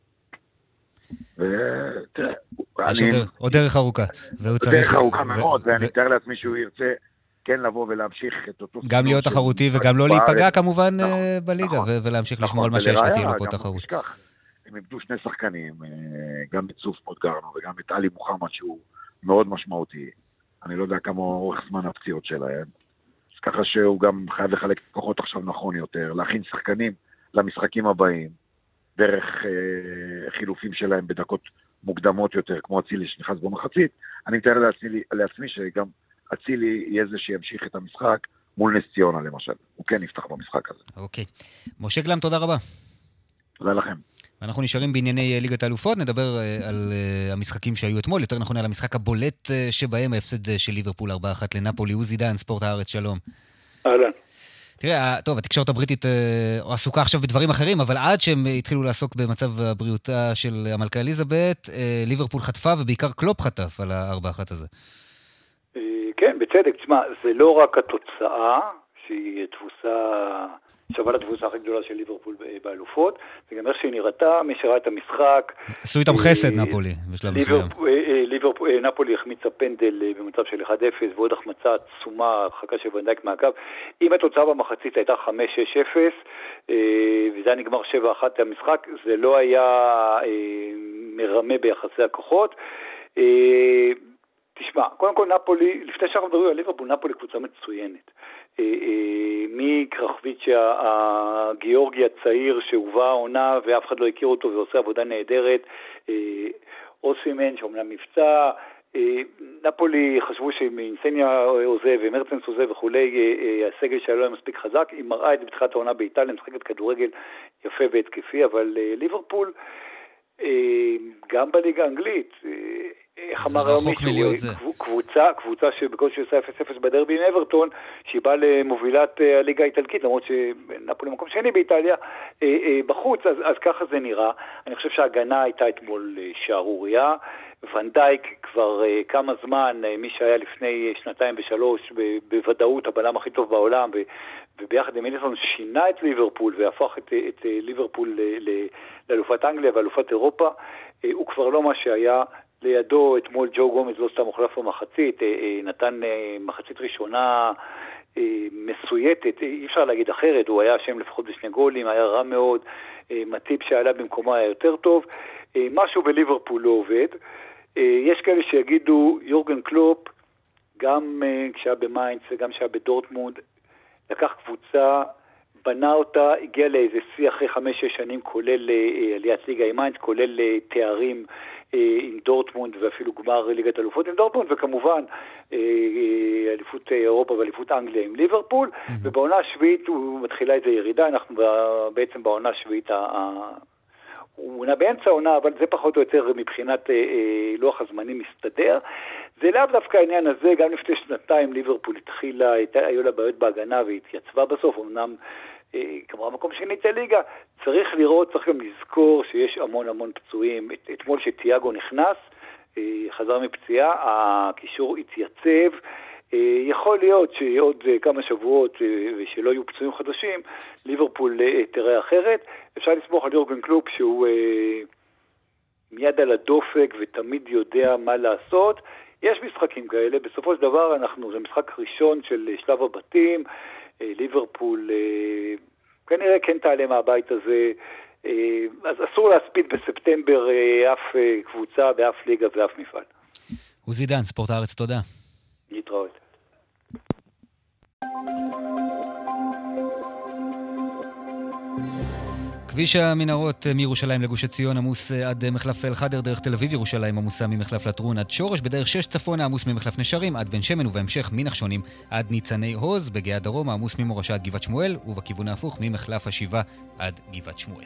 ותראה, יש עוד דרך ארוכה. דרך ארוכה מאוד, ואני מתאר לעצמי שהוא ירצה כן לבוא ולהמשיך את אותו... גם להיות תחרותי וגם לא להיפגע כמובן בליגה, ולהמשיך לשמור על מה שיש ותהיה לו פה תחרות. הם איבדו שני שחקנים, גם את סוף פוטגרנו וגם את אלי מוחמד שהוא מאוד משמעותי. אני לא יודע כמה אורך זמן הפציעות שלהם. אז ככה שהוא גם חייב לחלק כוחות עכשיו נכון יותר, להכין שחקנים למשחקים הבאים, דרך אה, חילופים שלהם בדקות מוקדמות יותר, כמו אצילי שנכנס במחצית. אני מתאר לעצמי, לעצמי שגם אצילי יהיה זה שימשיך את המשחק מול נס ציונה למשל. הוא כן יפתח במשחק הזה. אוקיי. משה גלם, תודה רבה. תודה לכם. אנחנו נשארים בענייני ליגת האלופות, נדבר על המשחקים שהיו אתמול, יותר נכון על המשחק הבולט שבהם, ההפסד של ליברפול ארבע אחת לנפולי. עוזי דן, ספורט הארץ, שלום. אהלן. תראה, טוב, התקשורת הבריטית עסוקה עכשיו בדברים אחרים, אבל עד שהם התחילו לעסוק במצב הבריאותה של המלכה אליזבת, ליברפול חטפה ובעיקר קלופ חטף על הארבע אחת הזה. כן, בצדק. תשמע, זה לא רק התוצאה, שהיא תבוסה, שווה לתבוסה הכי גדולה של ליברפול באלופות, זה גם איך שהיא נראתה, מי שראה את המשחק. עשו איתם חסד נפולי, בשלב מסוים. נפולי החמיצה פנדל במצב של אחד אפס, ועוד החמצה עצומה, הרחקה של ונדייק מהקו. אם התוצאה במחצית הייתה חמש שש אפס, וזה היה נגמר שבע אחת המשחק, זה לא היה מרמה ביחסי הכוחות. תשמע, קודם כל נפולי, לפני שאנחנו מדברים על ליברפול, נפולי קבוצה מצוינת. מקרחביץ' הגיאורגי הצעיר שהובא עונה ואף אחד לא הכיר אותו ועושה עבודה נהדרת, אוסימן שאומנם מבצע, נפולי חשבו שמאינסניה עוזב ומרטנס עוזב וכולי, הסגל שהיה לא מספיק חזק, היא מראה את בתחילת העונה באיטליה, משחקת כדורגל יפה והתקפי, אבל ליברפול גם בליגה האנגלית, איך אמר היום מישהו, קבוצה, קבוצה שבקושי עושה אפס אפס בדרבי עם אברטון, שהיא באה למובילת הליגה האיטלקית, למרות שנפולי מקום שני באיטליה, בחוץ, אז, אז ככה זה נראה. אני חושב שההגנה הייתה אתמול שערוריה, ונדייק כבר כמה זמן, מי שהיה לפני שנתיים ושלוש, בוודאות הבלם הכי טוב בעולם, וביחד עם אליסון שינה את ליברפול, והפך את, את ליברפול לאלופת אנגליה ואלופת אירופה, הוא כבר לא מה שהיה. לידו אתמול ג'ו גומז לא סתם מוחלף במחצית, נתן מחצית ראשונה מסויטת, אי אפשר להגיד אחרת, הוא היה אשם לפחות בשני גולים, היה רע מאוד, מטיפ שעלה במקומו היה יותר טוב, משהו בליברפול לא עובד. יש כאלה שיגידו יורגן קלופ, גם כשהיה במיינץ וגם כשהיה בדורטמונד, לקח קבוצה, בנה אותה, הגיע לאיזה שיא אחרי חמש-שש שנים, כולל עליית ליגה עם מיינץ, כולל תארים עם דורטמונד ואפילו גמר ליגת אלופות עם דורטמונד, וכמובן אליפות אירופה ואליפות אנגליה עם ליברפול, ובעונה השביעית הוא מתחילה איזו ירידה, אנחנו בעצם בעונה השביעית, הוא עונה באמצע העונה, אבל זה פחות או יותר מבחינת לוח הזמנים מסתדר. זה לאו דווקא העניין הזה, גם לפני שנתיים ליברפול התחילה, היו לה בעיות בהגנה והתייצבה בסוף, אמנם כמובן מקום שני את הליגה, צריך לראות, צריך גם לזכור שיש המון המון פצועים. את, אתמול שתיאגו נכנס, חזר מפציעה, הקישור התייצב, יכול להיות שעוד כמה שבועות ושלא יהיו פצועים חדשים, ליברפול תראה אחרת. אפשר לסמוך על יורגן קלופ שהוא מיד על הדופק ותמיד יודע מה לעשות. יש משחקים כאלה, בסופו של דבר אנחנו, זה משחק ראשון של שלב הבתים, ליברפול כנראה כן תעלה מהבית הזה, אז אסור להספיד בספטמבר אף קבוצה באף ליגה ואף מפעל. עוזי דן, ספורט הארץ, תודה. להתראות. כביש המנהרות מירושלים לגוש עציון עמוס עד מחלף אל-חדר, דרך תל אביב ירושלים עמוסה ממחלף לטרון עד שורש, בדרך שש צפונה עמוס ממחלף נשרים עד בן שמן, ובהמשך מנחשונים עד ניצני הוז, בגאה דרום עמוס ממורשה עד גבעת שמואל, ובכיוון ההפוך ממחלף השיבה עד גבעת שמואל.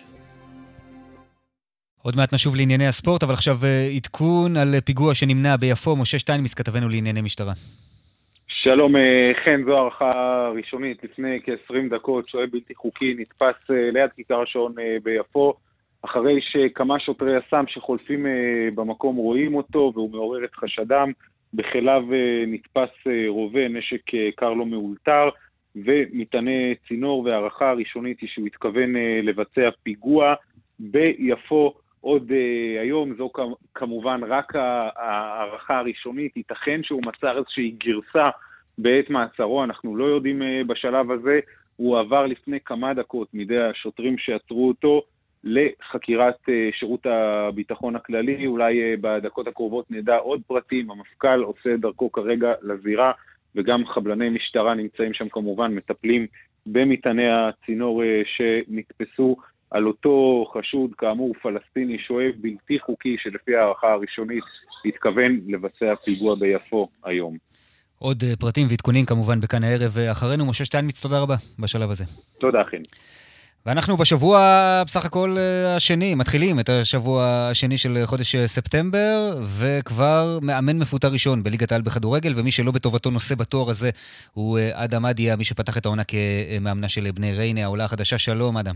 עוד מעט נשוב לענייני הספורט, אבל עכשיו עדכון על פיגוע שנמנע ביפו. משה שטיינמיץ כתבנו לענייני משטרה. שלום, חן, זו הערכה ראשונית. לפני כ-עשרים דקות שוהה בלתי חוקי נתפס ליד כיכר השעון ביפו, אחרי שכמה שוטרי יס"מ שחולפים במקום רואים אותו והוא מעורר את חשדם. בחיליו נתפס רובה, נשק קר לא מאולתר ומטעני צינור, והערכה הראשונית היא שהוא התכוון לבצע פיגוע ביפו עוד uh, היום. זו כמובן רק הערכה הראשונית, ייתכן שהוא מצא איזושהי גרסה בעת מעצרו, אנחנו לא יודעים uh, בשלב הזה. הוא עבר לפני כמה דקות מידי השוטרים שעצרו אותו לחקירת uh, שירות הביטחון הכללי, אולי uh, בדקות הקרובות נדע עוד פרטים. המפכ"ל עושה דרכו כרגע לזירה, וגם חבלני משטרה נמצאים שם כמובן, מטפלים במטעני הצינור uh, שנתפסו על אותו חשוד, כאמור פלסטיני שואב בלתי חוקי, שלפי הערכה הראשונית התכוון לבצע פיגוע ביפו היום. עוד פרטים ועדכונים כמובן בכאן הערב אחרינו. משה שטיינמיץ, תודה רבה בשלב הזה. תודה, אחים. ואנחנו בשבוע בסך הכל השני, מתחילים את השבוע השני של חודש ספטמבר, וכבר מאמן מפוטר ראשון בליגת העל בכדורגל, ומי שלא בטובתו נושא בתואר הזה הוא אדם מדיה, מי שפתח את העונה כמאמנה של בני ריינה, העולה החדשה. שלום אדם.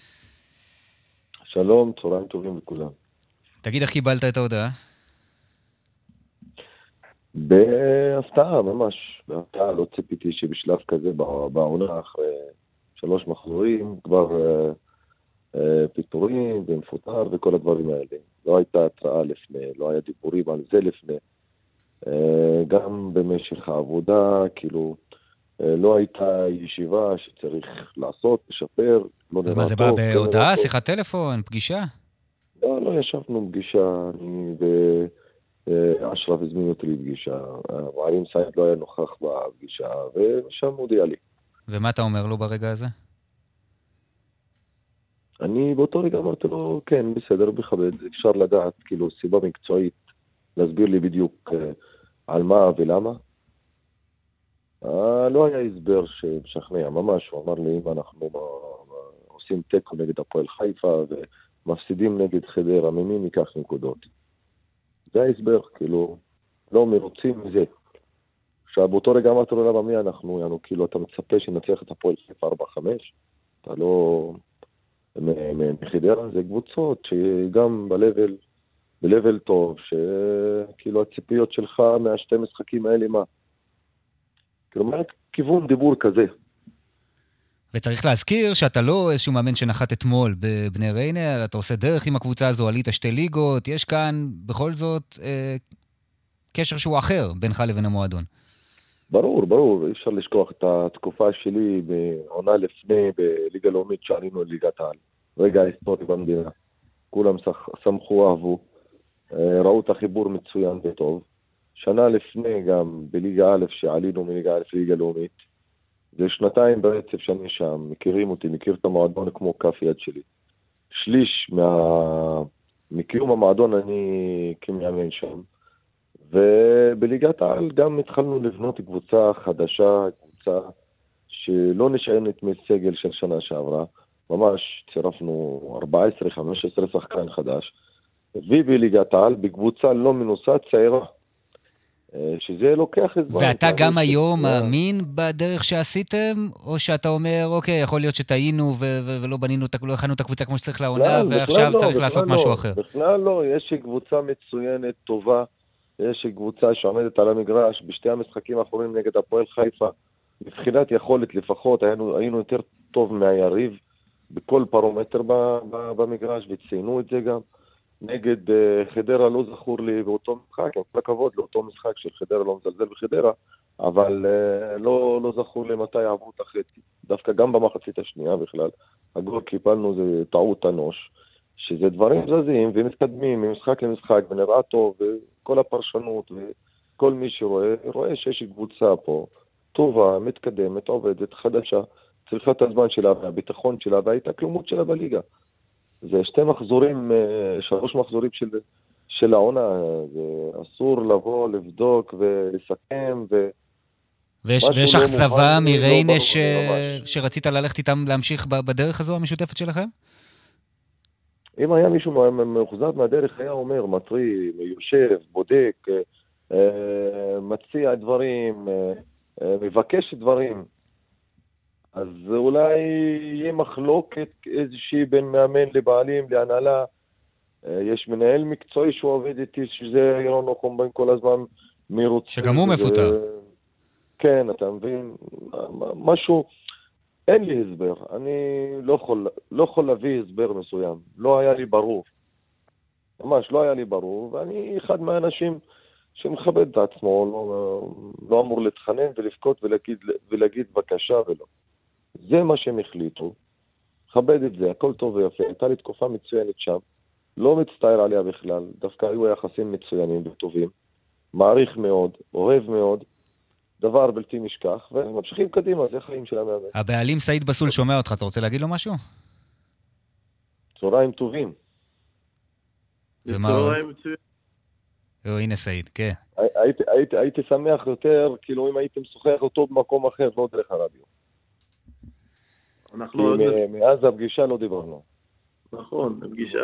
שלום, צהריים טובים לכולם. תגיד, איך קיבלת את ההודעה? בהפתעה, ממש. בהפתעה, לא ציפיתי שבשלב כזה בעונה, אחרי שלוש מחזורים, כבר אה, אה, פיטורים ומפוטר וכל הדברים האלה. לא הייתה התראה לפני, לא היה דיבורים על זה לפני. אה, גם במשך העבודה, כאילו, אה, לא הייתה ישיבה שצריך לעשות, לשפר. לא אז מה זה בא בהודעה, שיחת טלפון, פגישה? לא, לא ישבנו פגישה, אני ו... אשרף הזמין אותי לפגישה, מעלים סעיד לא היה נוכח בפגישה, ושם הודיע לי. ומה אתה אומר לו ברגע הזה? אני באותו רגע אמרתי לו, כן, בסדר, בכבד, אפשר לדעת, כאילו, סיבה מקצועית, להסביר לי בדיוק על מה ולמה. לא היה הסבר שמשכנע, ממש, הוא אמר לי, אם אנחנו עושים תיקו נגד הפועל חיפה, ומפסידים נגד חדרה, ממי ניקח נקודות. זה ההסבר, כאילו, לא מרוצים מזה. עכשיו, באותו רגע אמרתי לו, למה מי אנחנו, יענו, כאילו, אתה מצפה שנצליח את הפועל חיפה ארבע חמש? אתה לא... מחדרה זה קבוצות שגם בלבל, בלבל טוב, שכאילו הציפיות שלך מהשתי משחקים האלה מה? כלומר, כיוון דיבור כזה. וצריך להזכיר שאתה לא איזשהו מאמן שנחת אתמול בבני ריינה, אתה עושה דרך עם הקבוצה הזו, עלית שתי ליגות, יש כאן בכל זאת אה, קשר שהוא אחר בינך לבין המועדון. ברור, ברור, אי אפשר לשכוח את התקופה שלי בעונה לפני בליגה לאומית שעלינו לליגת העל. רגע היסטורי במדינה. כולם שמחו, אהבו, ראו את החיבור מצוין וטוב. שנה לפני גם בליגה א' שעלינו מליגה א' לליגה לאומית. זה שנתיים ברצף שאני שם, מכירים אותי, מכיר את המועדון כמו כף יד שלי. שליש מה... מקיום המועדון אני כמאמן שם. ובליגת העל גם התחלנו לבנות קבוצה חדשה, קבוצה שלא נשענת מסגל של שנה שעברה. ממש צירפנו ארבע עשרה חמש עשרה שחקן חדש. ובליגת העל בקבוצה לא מנוסה צעירה. שזה לוקח את זמן. ואתה גם היום מאמין בדרך שעשיתם, או שאתה אומר, אוקיי, יכול להיות שטעינו ולא בנינו, לא הכנו את הקבוצה כמו שצריך לעונה, ועכשיו צריך לעשות משהו אחר. בכלל לא, יש קבוצה מצוינת, טובה, יש קבוצה שעומדת על המגרש, בשתי המשחקים האחרונים נגד הפועל חיפה, מבחינת יכולת לפחות, היינו יותר טוב מהיריב, בכל פרומטר במגרש, וציינו את זה גם. נגד חדרה לא זכור לי באותו משחק, עם כל הכבוד לאותו משחק של חדרה, לא מזלזל בחדרה, אבל לא, לא זכור לי מתי עברו את החצי. דווקא גם במחצית השנייה בכלל, הגול קיבלנו זה טעות אנוש, שזה דברים זזים ומתקדמים ממשחק למשחק ונראה טוב, וכל הפרשנות וכל מי שרואה, רואה שיש קבוצה פה טובה, מתקדמת, עובדת, חדשה, צריכה את הזמן שלה והביטחון שלה וההתאקלמות שלה בליגה. זה שתי מחזורים, שלוש מחזורים של, של העונה, זה אסור לבוא, לבדוק ולסכם ו... ויש, ויש לא אכזבה מריינה לא ש... שרצית ללכת איתם להמשיך בדרך הזו המשותפת שלכם? אם היה מישהו מאוכזב מהדרך, היה אומר, מטרי, יושב, בודק, מציע דברים, מבקש דברים, אז אולי יהיה מחלוקת איזושהי בין מאמן לבעלים, להנהלה. יש מנהל מקצועי שהוא עובד איתי, שזה ירון אוחום בין כל הזמן מרוצה. שגם הוא מפוטר. כן, אתה מבין? משהו, אין לי הסבר. אני לא יכול, לא יכול להביא הסבר מסוים. לא היה לי ברור. ממש לא היה לי ברור, ואני אחד מהאנשים שמכבד את עצמו, לא, לא אמור להתחנן ולבכות ולהגיד, ולהגיד בקשה ולא. זה מה שהם החליטו, כבד את זה, הכל טוב ויפה, הייתה לי תקופה מצוינת שם, לא מצטער עליה בכלל, דווקא היו יחסים מצוינים וטובים, מעריך מאוד, אוהב מאוד, דבר בלתי נשכח, וממשיכים קדימה, זה חיים של המאמן. הבעלים סעיד בסול שומע אותך, אתה רוצה להגיד לו משהו? צהריים טובים. ומה עוד? או, הנה סעיד, כן. הייתי, הייתי, הייתי שמח יותר, כאילו אם הייתם שוחח אותו במקום אחר, לא דרך הרדיו. אנחנו עוד... מאז הפגישה לא דיברנו. נכון, הפגישה...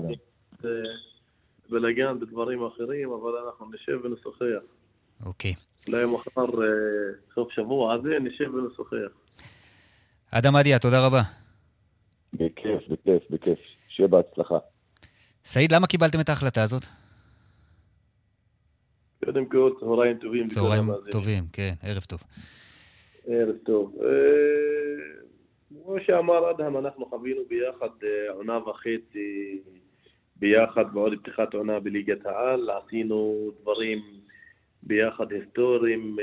בלגן בדברים אחרים, אבל אנחנו נשב ונשוחח. אוקיי. אולי מחר סוף שבוע הזה נשב ונשוחח. אדם עדיה, תודה רבה. בכיף, בכיף, בכיף. שיהיה בהצלחה. סעיד, למה קיבלתם את ההחלטה הזאת? קודם כל, צהריים טובים. צהריים טובים, כן, ערב טוב. ערב טוב. כמו שאמר אדם, אנחנו חווינו ביחד עונה וחצי ביחד בעוד פתיחת עונה בליגת העל, עשינו דברים ביחד היסטוריים.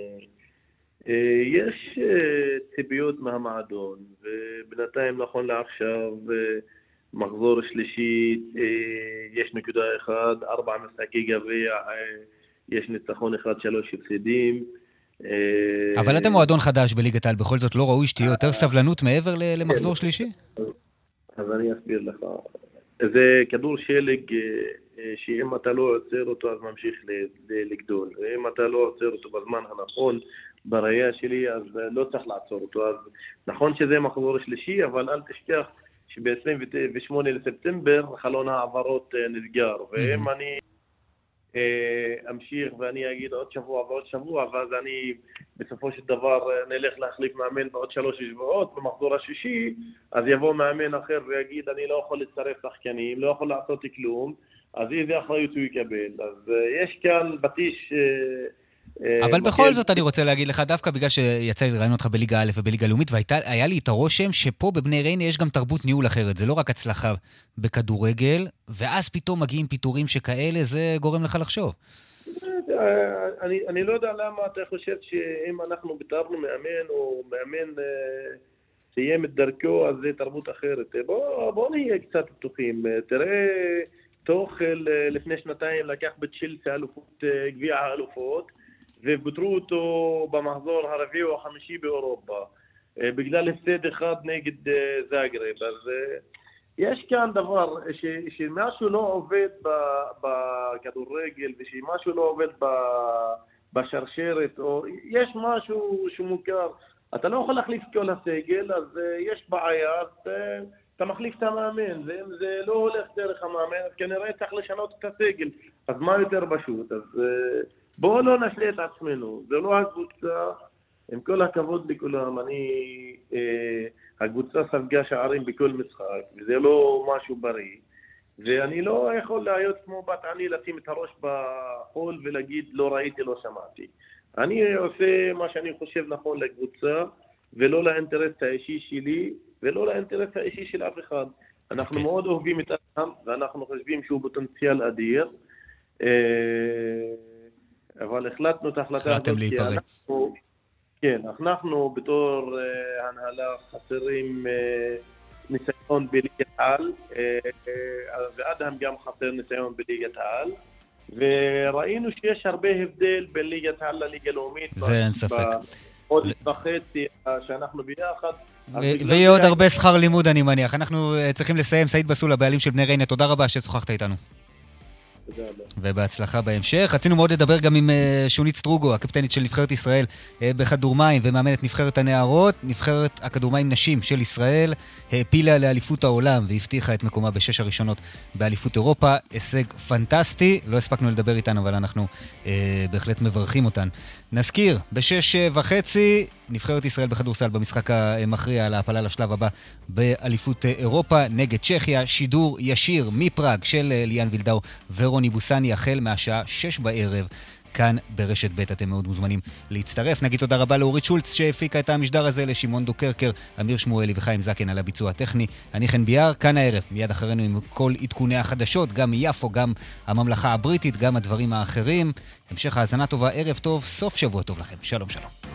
יש ציפיות מהמועדון, ובינתיים נכון לעכשיו מחזור שלישי, יש נקודה אחד, ארבע משחקי גביע, יש ניצחון אחד, שלוש הפסדים. אבל אתם מועדון חדש בליגת העל, בכל זאת לא ראוי שתהיה יותר סבלנות מעבר למחזור שלישי? אז אני אסביר לך. זה כדור שלג שאם אתה לא עוצר אותו אז ממשיך לגדול. אם אתה לא עוצר אותו בזמן הנכון, בראייה שלי, אז לא צריך לעצור אותו. אז נכון שזה מחזור שלישי, אבל אל תשכח שב-עשרים ושמונה לספטמבר חלון העברות נסגר. ואם אני אמשיך ואני אגיד עוד שבוע ועוד שבוע, ואז אני בסופו של דבר נלך להחליף מאמן בעוד שלוש שבועות במחזור השישי, אז יבוא מאמן אחר ויגיד אני לא יכול לצרף שחקנים, לא יכול לעשות כלום, אז איזה אחריות הוא יקבל. אז יש כאן בטיש... אבל בכל זאת אני רוצה להגיד לך, דווקא בגלל שיצא לי לראיין אותך בליגה א' ובליגה לאומית, והיה לי את הרושם שפה בבני ריינה יש גם תרבות ניהול אחרת, זה לא רק הצלחה בכדורגל, ואז פתאום מגיעים פיתורים שכאלה, זה גורם לך לחשוב. אני, אני לא יודע למה אתה חושב שאם אנחנו ביטרנו מאמן או מאמן סיים את דרכו, אז זה תרבות אחרת. בוא, בוא נהיה קצת פתוחים. תראה, תוכל לפני שנתיים לקח בצ'לסי אלופות, גביע האלופות, ובוטרו אותו במחזור הרביעי או החמישי באירופה, בגלל הפסד אחד נגד זאגרב. אז יש כאן דבר ש, שמשהו לא עובד בכדורגל, ושמשהו לא עובד בשרשרת, או יש משהו שמוכר. אתה לא יכול להחליף כל הסגל, אז יש בעיה, אז אתה מחליף את המאמן. ואם זה לא הולך דרך המאמן, אז כנראה צריך לשנות את הסגל. אז מה יותר פשוט? אז בואו לא נשלה את עצמנו. זה לא הקבוצה, עם כל הכבוד לכולם, אני, אה, הקבוצה ספגה שערים בכל משחק, וזה לא משהו בריא. ואני לא יכול להיות כמו בת עני לשים את הראש בחול ולהגיד לא ראיתי, לא שמעתי. אני עושה מה שאני חושב נכון לקבוצה, ולא לאינטרס האישי שלי, ולא לאינטרס האישי של אף אחד. אנחנו okay. מאוד אוהבים את אדם, ואנחנו חושבים שהוא פוטנציאל אדיר. אה, אבל החלטנו את ההחלטה הזאת. החלטתם להיפרד. אנחנו, כן, אנחנו בתור אה, הנהלה חסרים אה, ניסיון בליגת העל, אה, אה, ואדם גם חסר ניסיון בליגת העל, וראינו שיש הרבה הבדל בין ליגת העל לליגה לאומית. זה אין ספק. עוד וחצי שאנחנו ביחד. ויהיה עוד הרבה שכר לימוד אני מניח. אנחנו צריכים לסיים. סעיד בסול, הבעלים של בני ריינה, תודה רבה ששוחחת איתנו. ובהצלחה בהמשך. רצינו מאוד לדבר גם עם שונית סטרוגו, הקפטנית של נבחרת ישראל בכדורמים ומאמנת נבחרת הנערות. נבחרת הכדורמים נשים של ישראל העפילה לאליפות העולם והבטיחה את מקומה בשש הראשונות באליפות אירופה. הישג פנטסטי. לא הספקנו לדבר איתנו, אבל אנחנו אה, בהחלט מברכים אותן. נזכיר, בשש וחצי נבחרת ישראל בכדורסל במשחק המכריע על ההעפלה לשלב הבא באליפות אירופה נגד צ'כיה. שידור ישיר מפראג של ליאן וילדאו ורוני בוסני החל מהשעה שש בערב כאן ברשת ב'. אתם מאוד מוזמנים להצטרף. נגיד תודה רבה לאורית שולץ שהפיקה את המשדר הזה, לשמעון דוקרקר, אמיר שמואלי וחיים זקן על הביצוע הטכני. אני חן ביאר, כאן הערב מיד אחרינו עם כל עדכוני החדשות, גם מיפו, גם הממלכה הבריטית, גם הדברים האחרים. המשך האזנה טובה, ערב טוב, סוף שבוע טוב לכם. שלום שלום.